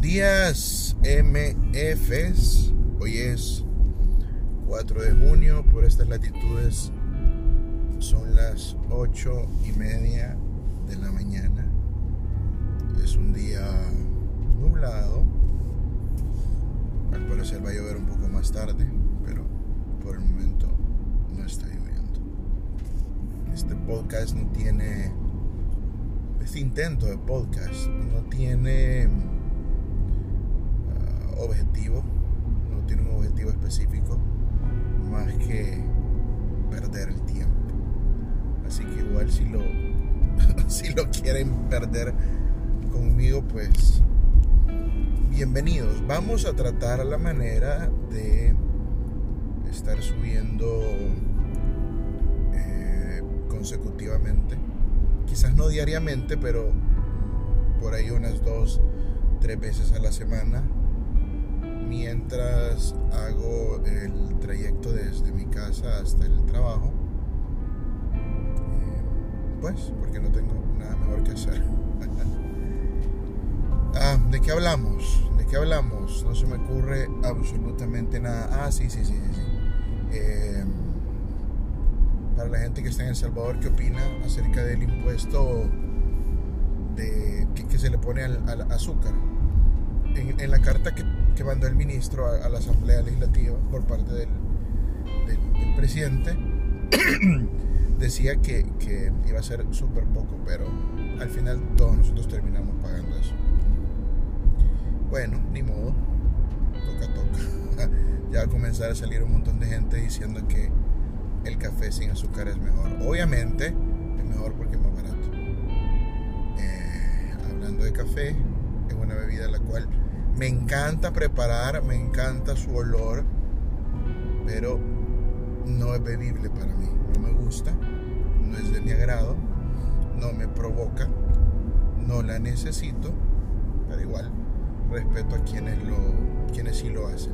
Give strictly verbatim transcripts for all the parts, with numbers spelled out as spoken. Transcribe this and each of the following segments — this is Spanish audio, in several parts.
días, M Fs. Hoy es cuatro de junio. Por estas latitudes son las ocho y media de la mañana. Es un día nublado. Al parecer va a llover un poco más tarde, pero por el momento no está lloviendo. Este podcast no tiene, este intento de podcast no tiene uh, objetivo, no tiene un objetivo específico más que perder el tiempo. Así que igual si lo, si lo quieren perder conmigo, pues bienvenidos. Vamos a tratar la manera de estar subiendo eh, consecutivamente, quizás no diariamente, pero por ahí unas dos, tres veces a la semana, mientras hago el trayecto desde mi casa hasta el trabajo, eh, pues porque no tengo nada mejor que hacer. Ah, ¿de qué hablamos? ¿De qué hablamos? No se me ocurre absolutamente nada. Ah, sí, sí, sí, sí, sí. Eh, para la gente que está en El Salvador, ¿qué opina acerca del impuesto de, que, que se le pone al, al azúcar? En, en la carta que, que mandó el ministro a, a la Asamblea Legislativa por parte del, del, del presidente, decía que, que iba a ser súper poco, pero al final todos nosotros terminamos pagando eso. Bueno, ni modo, toca, toca. Ya va a comenzar a salir un montón de gente diciendo que el café sin azúcar es mejor. Obviamente es mejor porque es más barato. Eh, hablando de café, es una bebida la cual me encanta preparar, me encanta su olor, pero no es bebible para mí. No me gusta, no es de mi agrado, no me provoca, no la necesito, pero igual respeto a quienes lo, quienes sí lo hacen.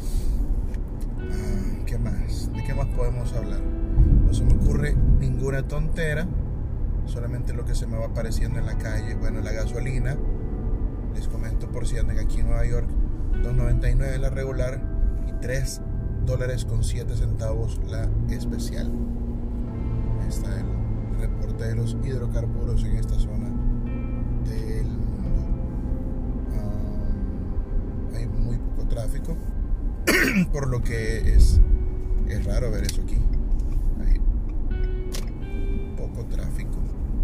Ah, ¿qué más? ¿De qué más podemos hablar? No se me ocurre ninguna tontera, solamente lo que se me va apareciendo en la calle. Bueno, la gasolina, les comento por si andan aquí en Nueva York, dos noventa y nueve la regular y tres dólares con siete centavos la especial. Ahí está el reporte de los hidrocarburos en esta zona del mundo. Um, hay muy poco tráfico, por lo que es, es raro ver eso aquí. Hay poco tráfico.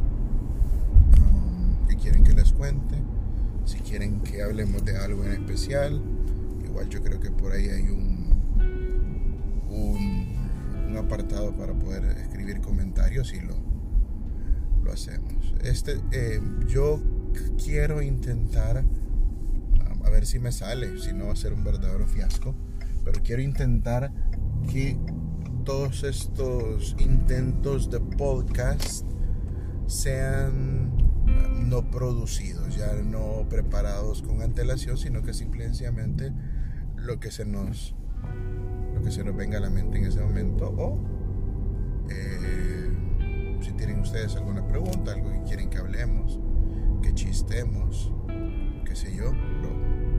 Um, ¿Qué quieren que les cuente? Si quieren que hablemos de algo en especial, igual yo creo que por ahí hay un, un, un apartado para poder escribir comentarios y lo, lo hacemos. Este, eh, yo quiero intentar, a ver si me sale, si no va a ser un verdadero fiasco, pero quiero intentar que todos estos intentos de podcast sean no producidos, ya no preparados con antelación, sino que simplemente lo que se nos lo que se nos venga a la mente en ese momento, o eh, si tienen ustedes alguna pregunta, algo que quieren que hablemos, que chistemos, qué sé yo, lo,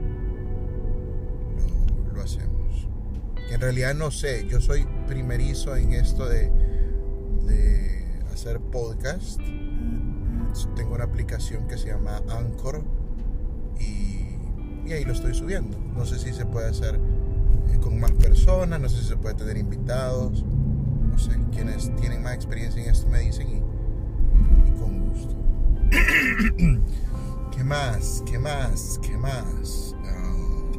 lo, lo hacemos. Que en realidad no sé, yo soy primerizo en esto de, de hacer podcast. Tengo una aplicación que se llama Anchor y, y ahí lo estoy subiendo. No sé si se puede hacer eh, con más personas, no sé si se puede tener invitados, no sé, quienes tienen más experiencia en esto me dicen y, y con gusto. ¿Qué más? ¿Qué más? ¿Qué más? Uh,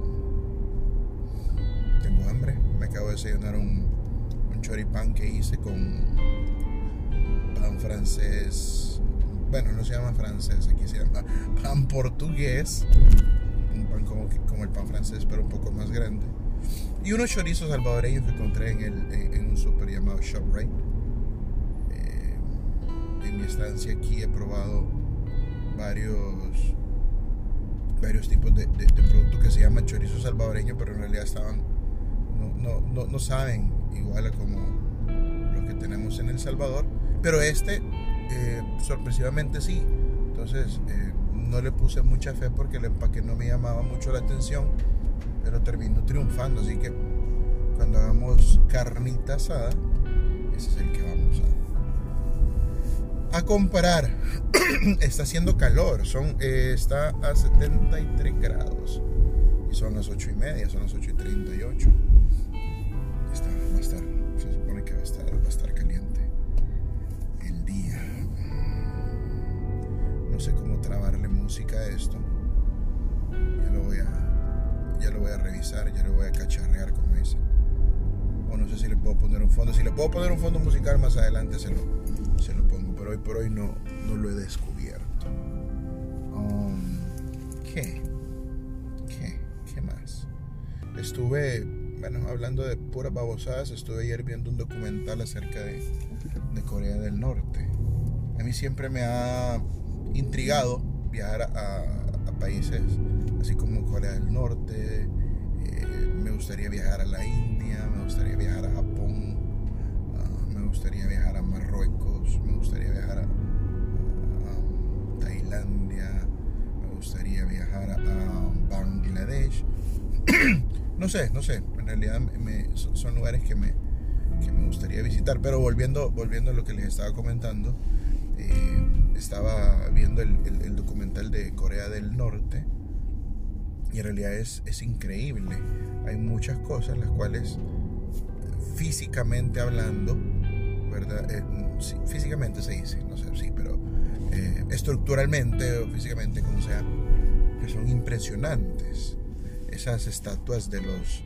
tengo hambre, me acabo de desayunar un, un choripán que hice con pan francés. Bueno, no se llama francés, aquí se llama pan portugués. Un pan como, como el pan francés, pero un poco más grande. Y unos chorizos salvadoreños que encontré en, el, en, en un super llamado ShopRite. Eh, en mi estancia aquí he probado varios varios tipos de, de, de productos que se llaman chorizos salvadoreños, pero en realidad estaban no, no, no, no saben igual a como los que tenemos en El Salvador. Pero este... Eh, sorpresivamente sí. Entonces eh, no le puse mucha fe porque el empaque no me llamaba mucho la atención, pero terminó triunfando. Así que cuando hagamos carnita asada, ese es el que vamos a, a comprar. Está haciendo calor, son, eh, está a setenta y tres grados y son las ocho y media, son las ocho y treinta y ocho. Está, va a estar, se supone que va a estar, va a estar caliente el día. No sé cómo trabarle música a esto. Ya lo voy a, ya lo voy a revisar, ya lo voy a cacharrear, como dicen. O no sé si le puedo poner un fondo. Si le puedo poner un fondo musical más adelante se lo, se lo pongo. Pero hoy por hoy no, no lo he descubierto. Um, ¿Qué? ¿Qué? ¿Qué más? Estuve, bueno, hablando de puras babosadas, estuve ayer viendo un documental acerca de, de Corea del Norte. A mí siempre me ha intrigado viajar a, a países así como Corea del Norte. Eh, me gustaría viajar a la India, me gustaría viajar a Japón, uh, me gustaría viajar a Marruecos, me gustaría viajar a, a, a Tailandia, me gustaría viajar a, a Bangladesh. No sé, no sé, en realidad me, son lugares que me, que me gustaría visitar. Pero volviendo, volviendo a lo que les estaba comentando, eh, estaba viendo el, el, el documental de Corea del Norte y en realidad es, es increíble. Hay muchas cosas las cuales físicamente hablando, ¿verdad? Eh, sí, físicamente se dice, no sé, sí, pero eh, estructuralmente o físicamente, como sea, que son impresionantes. Esas estatuas de los,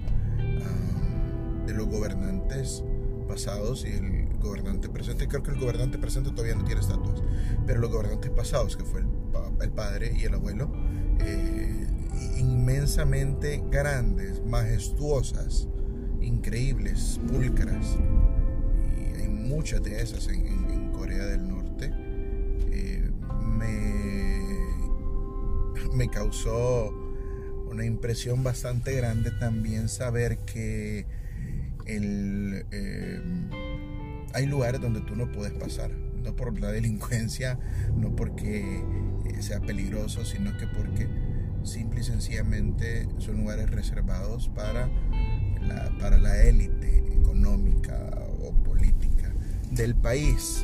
uh, de los gobernantes pasados y el gobernante presente. Creo que el gobernante presente todavía no tiene estatuas, pero los gobernantes pasados, que fue el, el padre y el abuelo, eh, inmensamente grandes, majestuosas, increíbles, pulcras. Y hay muchas de esas en, en, en Corea del Norte. Eh, me, me causó una impresión bastante grande también saber que el, eh, hay lugares donde tú no puedes pasar, no por la delincuencia, no porque eh, sea peligroso, sino que porque simple y sencillamente son lugares reservados para la, para la élite económica o política del país.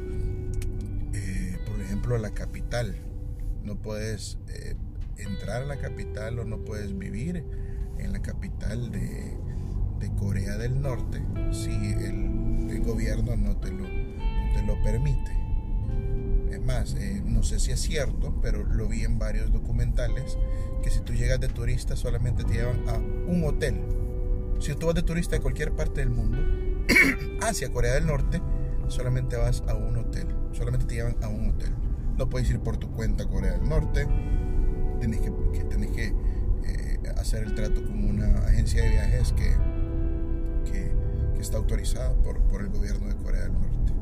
Eh, por ejemplo, la capital, no puedes eh, entrar a la capital o no puedes vivir en la capital de, de Corea del Norte si el, el gobierno no te lo, no te lo permite. Es más, eh, no sé si es cierto, pero lo vi en varios documentales, que si tú llegas de turista solamente te llevan a un hotel. Si tú vas de turista de cualquier parte del mundo hacia Corea del Norte, solamente vas a un hotel, solamente te llevan a un hotel. No puedes ir por tu cuenta a Corea del Norte. Tenés que, que, tenés que eh, hacer el trato con una agencia de viajes que, que, que está autorizada por, por el gobierno de Corea del Norte.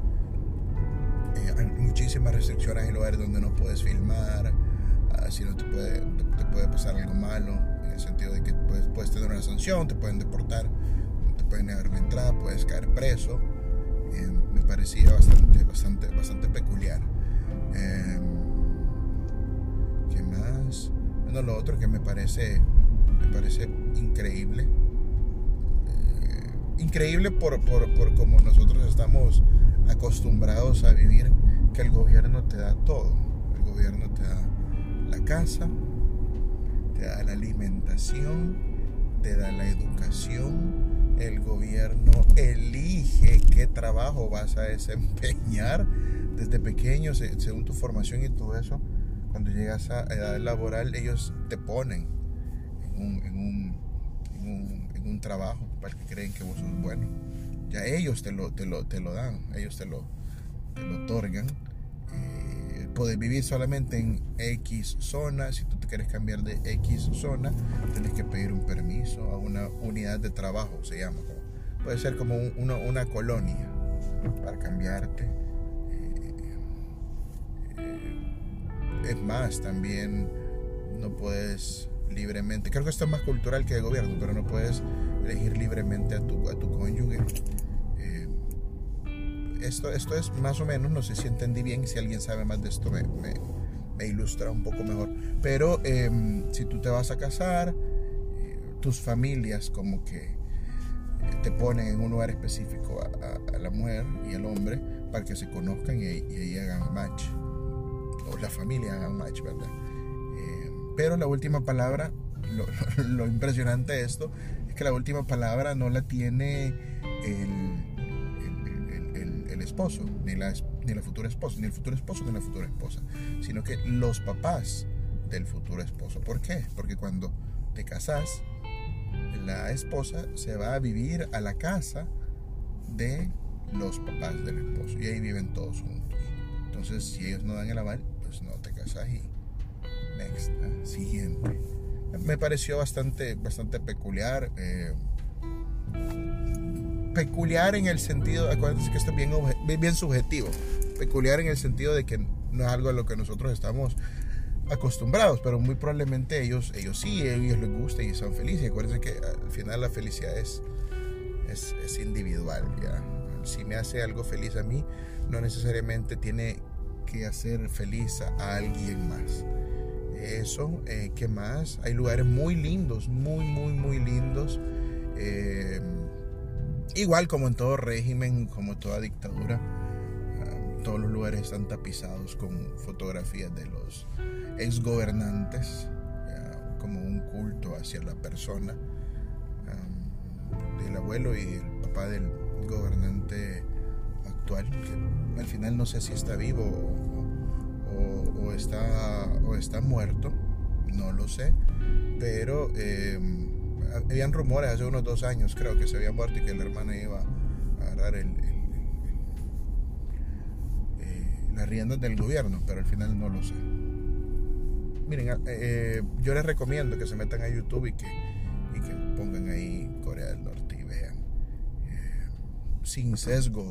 Eh, hay muchísimas restricciones en lugares donde no puedes filmar, uh, si no te puede, te, te puede pasar algo malo, en el sentido de que puedes, puedes tener una sanción, te pueden deportar, te pueden negar la entrada, puedes caer preso. Eh, me parecía bastante, bastante, bastante peculiar. Eh, ¿Qué más? Bueno, lo otro que me parece, me parece increíble, eh, increíble por, por, por como nosotros estamos acostumbrados a vivir, que el gobierno te da todo. El gobierno te da la casa, te da la alimentación, te da la educación. El gobierno elige qué trabajo vas a desempeñar desde pequeño, según tu formación y todo eso. Cuando llegas a edad laboral, ellos te ponen en un, en un, en un, en un trabajo para que creen que vos sos bueno. Ya ellos te lo, te lo, te lo dan, ellos te lo, te lo otorgan. Eh, puedes vivir solamente en X zona. Si tú te quieres cambiar de X zona, tienes que pedir un permiso a una unidad de trabajo, se llama. Puede ser como un, una, una colonia para cambiarte. Eh, eh, es más, también no puedes libremente, creo que esto es más cultural que de gobierno, pero no puedes elegir libremente a tu, a tu cónyuge. Eh, esto, esto es más o menos, no sé si entendí bien, si alguien sabe más de esto me, me, me ilustra un poco mejor. Pero eh, si tú te vas a casar, eh, tus familias como que te ponen en un lugar específico a, a, a la mujer y al hombre para que se conozcan y, y ahí hagan match, o la familia hagan match, ¿verdad? Eh, pero la última palabra, lo, lo, lo impresionante de esto es que la última palabra no la tiene el, el, el, el, el esposo, ni la, ni la futura esposa, ni el futuro esposo ni la futura esposa, sino que los papás del futuro esposo. ¿Por qué? Porque cuando te casas, la esposa se va a vivir a la casa de los papás del esposo y ahí viven todos juntos. Entonces, si ellos no dan el aval, pues no te casas y next, ¿eh? Siguiente. Me pareció bastante, bastante peculiar. Eh, peculiar en el sentido, acuérdense que esto es bien, bien, bien subjetivo. Peculiar en el sentido de que no es algo a lo que nosotros estamos acostumbrados, pero muy probablemente ellos, ellos sí, a ellos les gusta y son felices. Y acuérdense que al final la felicidad es, es, es individual, ¿ya? Si me hace algo feliz a mí, no necesariamente tiene que hacer feliz a alguien más. Eso, eh, ¿qué más? Hay lugares muy lindos, muy, muy, muy lindos. Eh, igual como en todo régimen, como toda dictadura, uh, todos los lugares están tapizados con fotografías de los exgobernantes, uh, como un culto hacia la persona, um, del abuelo y el papá del gobernante actual, que al final no sé si está vivo o, o, o, está, o está muerto, no lo sé, pero eh, habían rumores hace unos dos años, creo, que se había muerto y que la hermana iba a agarrar el, el, el, el, eh, las riendas del gobierno, pero al final no lo sé. Miren, eh, yo les recomiendo que se metan a YouTube y que, y que pongan ahí Corea del Norte y vean, eh, sin sesgo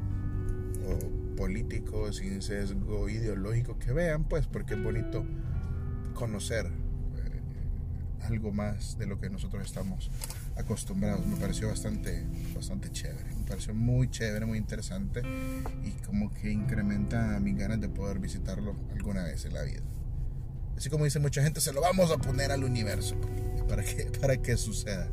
o político, sin sesgo ideológico, que vean, pues, porque es bonito conocer eh, algo más de lo que nosotros estamos acostumbrados. Me pareció bastante, bastante chévere, me pareció muy chévere, muy interesante, y como que incrementa mis ganas de poder visitarlo alguna vez en la vida. Así como dice mucha gente, se lo vamos a poner al universo para que, para que suceda.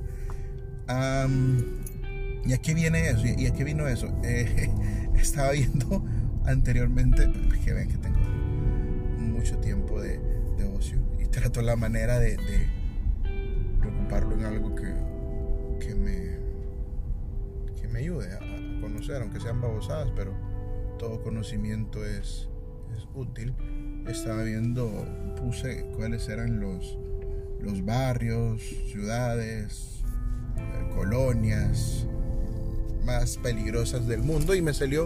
Um, ¿Y a qué viene eso? ¿Y a qué vino eso? Eh, estaba viendo anteriormente, que ven que tengo mucho tiempo de, de ocio y trato la manera de, de, de ocuparlo en algo que, que, me, que me ayude a, a conocer, aunque sean babosadas, pero todo conocimiento es, es útil. Estaba viendo, puse cuáles eran los, los barrios, ciudades, eh, colonias más peligrosas del mundo, y me salió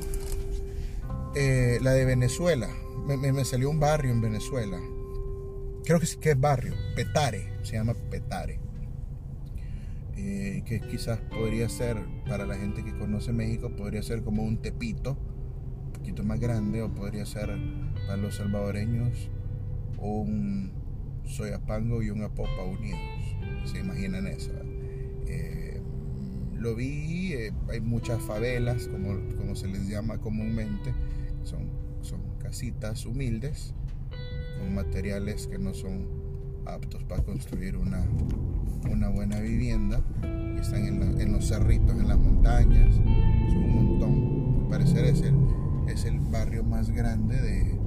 eh, la de Venezuela. Me, me, me salió un barrio en Venezuela, creo que sí que es barrio, Petare, se llama Petare, eh, que quizás podría ser, para la gente que conoce México, podría ser como un Tepito, un poquito más grande, o podría ser para los salvadoreños un Soyapango y un Apopa unidos. ¿Se imaginan eso? Eh, lo vi, eh, hay muchas favelas, como, como se les llama comúnmente, son, son casitas humildes con materiales que no son aptos para construir una, una buena vivienda, y están en, la, en los cerritos, en las montañas, son un montón. Al parecer es el, es el barrio más grande de,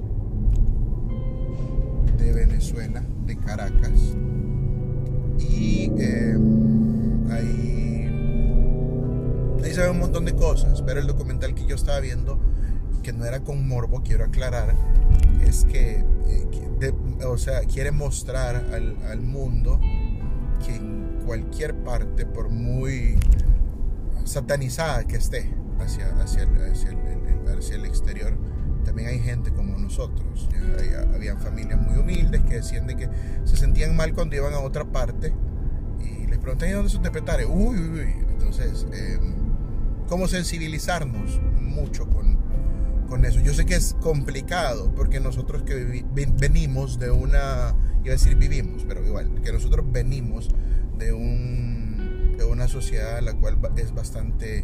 de Venezuela, de Caracas, y eh, ahí, ahí se ve un montón de cosas, pero el documental que yo estaba viendo, que no era con morbo, quiero aclarar, es que, eh, que de, o sea, quiere mostrar al, al mundo que en cualquier parte, por muy satanizada que esté hacia, hacia, el, hacia, el, el, hacia el exterior, también hay gente como nosotros. Ya, habían familias muy humildes que decían de que se sentían mal cuando iban a otra parte y les preguntan: ¿y dónde son de Petare? Uy, uy, uy. Entonces, eh, ¿cómo sensibilizarnos mucho con, con eso? Yo sé que es complicado, porque nosotros que vi, venimos de una, iba a decir vivimos, pero igual, que nosotros venimos de, un, de una sociedad la cual es bastante...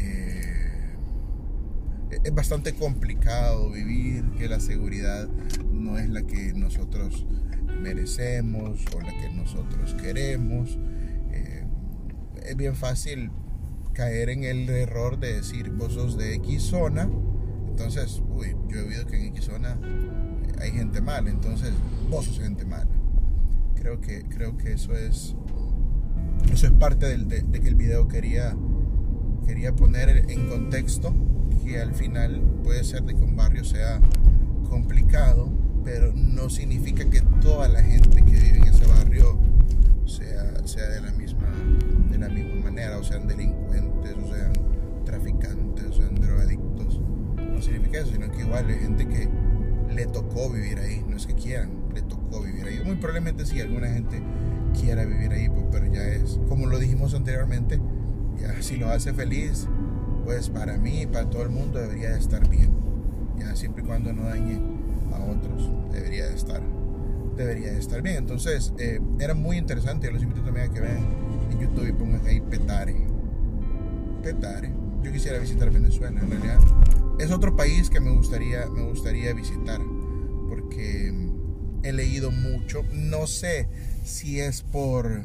Eh, es bastante complicado vivir, que la seguridad no es la que nosotros merecemos o la que nosotros queremos. Eh, es bien fácil caer en el error de decir vos sos de X zona, entonces, uy, yo he oído que en X zona hay gente mala, entonces vos sos gente mala. Creo que, creo que eso es eso es parte del, de, de que el video quería quería poner en contexto que al final puede ser de que un barrio sea complicado, pero no significa que toda la gente que vive en ese barrio sea, sea de la misma de la misma manera, o sean delincuentes, o sean traficantes, o sean drogadictos. No significa eso, sino que igual hay gente que le tocó vivir ahí, no es que quieran, le tocó vivir ahí. Muy probablemente sí, alguna gente quiera vivir ahí, pues, pero ya es, como lo dijimos anteriormente, ya si lo hace feliz, pues para mí y para todo el mundo debería de estar bien. Ya siempre y cuando no dañe a otros, debería de estar, debería de estar bien. Entonces, eh, era muy interesante. Yo los invito también a que vean en YouTube y pongan ahí Petare. Petare. Yo quisiera visitar Venezuela, en realidad. Es otro país que me gustaría, me gustaría visitar, porque he leído mucho. No sé si es por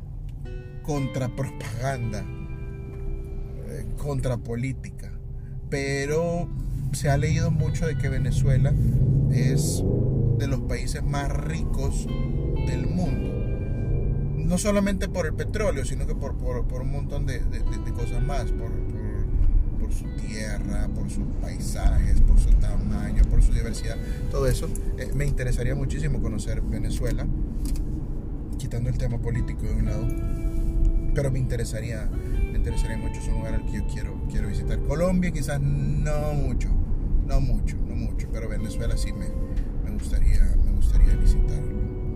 contrapropaganda, eh, contrapolítica, pero se ha leído mucho de que Venezuela es de los países más ricos del mundo. No solamente por el petróleo, sino que por, por, por un montón de, de, de cosas más, por, por, por su tierra, por sus paisajes, por su tamaño, por su diversidad, todo eso. Eh, me interesaría muchísimo conocer Venezuela, quitando el tema político de un lado, pero me interesaría, me interesaría mucho, es un lugar al que yo quiero, quiero visitar. Colombia quizás no mucho, no mucho, no mucho, pero Venezuela sí me, me gustaría, me gustaría visitarlo.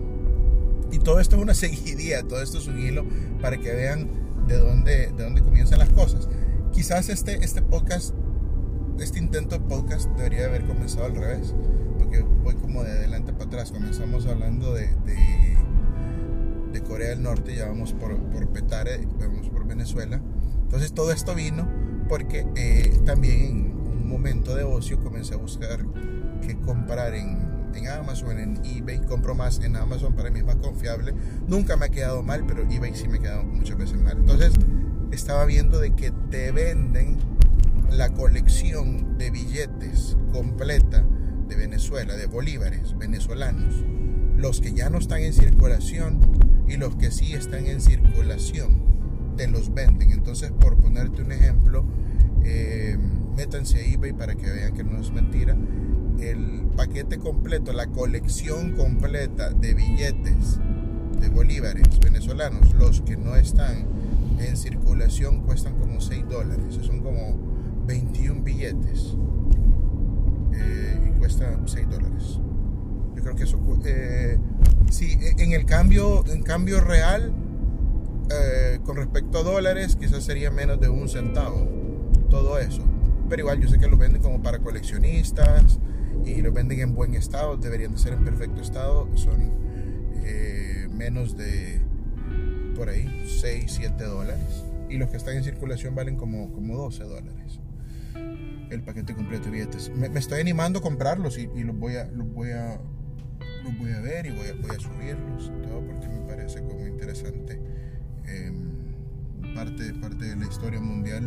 Y todo esto es una seguidilla, todo esto es un hilo para que vean de dónde, de dónde comienzan las cosas. Quizás este, este podcast, este intento de podcast debería haber comenzado al revés, porque voy como de adelante para atrás. Comenzamos hablando de, de, de Corea del Norte, ya vamos por, por Petare, vamos por Venezuela. Entonces todo esto vino porque eh, también en un momento de ocio comencé a buscar qué comprar en en Amazon, en eBay. Compro más en Amazon, para mí es más confiable. Nunca me ha quedado mal, pero eBay sí me ha quedado muchas veces mal. Entonces estaba viendo de que te venden la colección de billetes completa de Venezuela, de bolívares venezolanos, los que ya no están en circulación y los que sí están en circulación, te los venden. Entonces, por ponerte un ejemplo, eh, métanse a eBay para que vean que no es mentira. El paquete completo, la colección completa de billetes de bolívares venezolanos, los que no están en circulación, cuestan como seis dólares. Son como veintiún billetes eh, y cuestan seis dólares. Yo creo que eso, eh, sí, en el cambio, en cambio real, eh, con respecto a dólares, quizás sería menos de un centavo todo eso. Pero igual yo sé que lo venden como para coleccionistas y lo venden en buen estado, deberían de ser en perfecto estado. Son eh, menos de, por ahí, seis, siete dólares. Y los que están en circulación valen como, como doce dólares. El paquete completo de billetes. Me, me estoy animando a comprarlos y, y los, voy a, los, voy a, los voy a ver y voy a, voy a subirlos. Todo porque me parece como interesante. Eh, parte, parte de la historia mundial.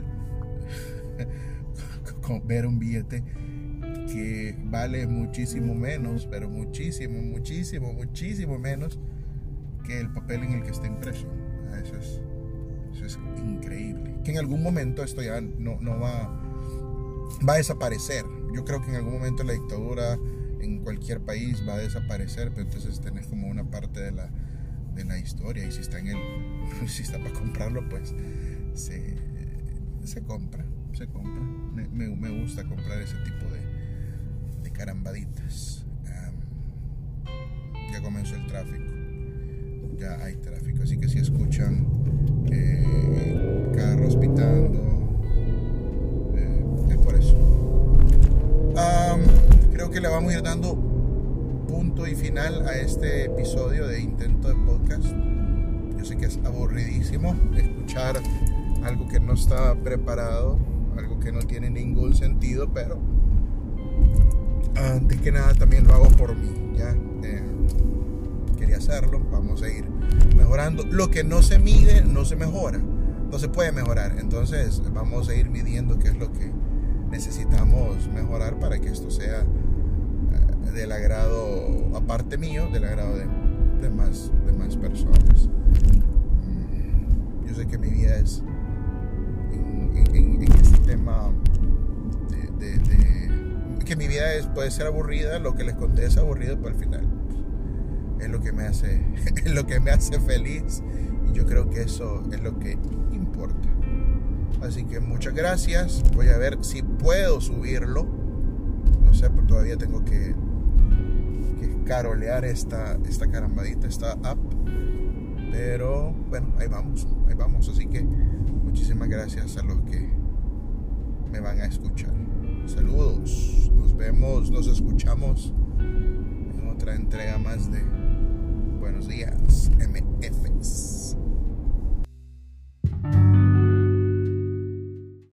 Ver un billete que vale muchísimo menos, pero muchísimo, muchísimo, muchísimo menos que el papel en el que está impreso. Eso es, eso es increíble. Que en algún momento esto ya no, no va, va a desaparecer. Yo creo que en algún momento la dictadura en cualquier país va a desaparecer, pero entonces tenés como una parte de la, de la historia, y si está en el, si está para comprarlo, pues se, se compra, se compra. Me, me, me gusta comprar ese tipo de, de carambaditas. Um, ya comenzó el tráfico, ya hay tráfico, así que si escuchan eh, carros pitando, eh, es por eso. Um, creo que le vamos a ir dando punto y final a este episodio de intento de podcast. Yo sé que es aburridísimo escuchar algo que no está preparado, algo que no tiene ningún sentido, pero Antes que nada también lo hago por mí, ya eh, quería hacerlo, vamos a ir mejorando. Lo que no se mide no se mejora, no se puede mejorar, entonces vamos a ir midiendo qué es lo que necesitamos mejorar para que esto sea eh, del agrado, aparte mío, del agrado de, de, más, de más personas. Yo sé que mi vida es en, en, en este tema de, de, de que mi vida es, puede ser aburrida, lo que les conté es aburrido, pero al final es lo que me hace es lo que me hace feliz, y yo creo que eso es lo que importa. Así que muchas gracias. Voy a ver si puedo subirlo, no sé, pero todavía tengo que, que carolear esta, esta carambadita, esta app, pero bueno, ahí vamos, ahí vamos. Así que muchísimas gracias a los que me van a escuchar. Saludos, nos vemos, nos escuchamos en otra entrega más de Buenos Días M Fs.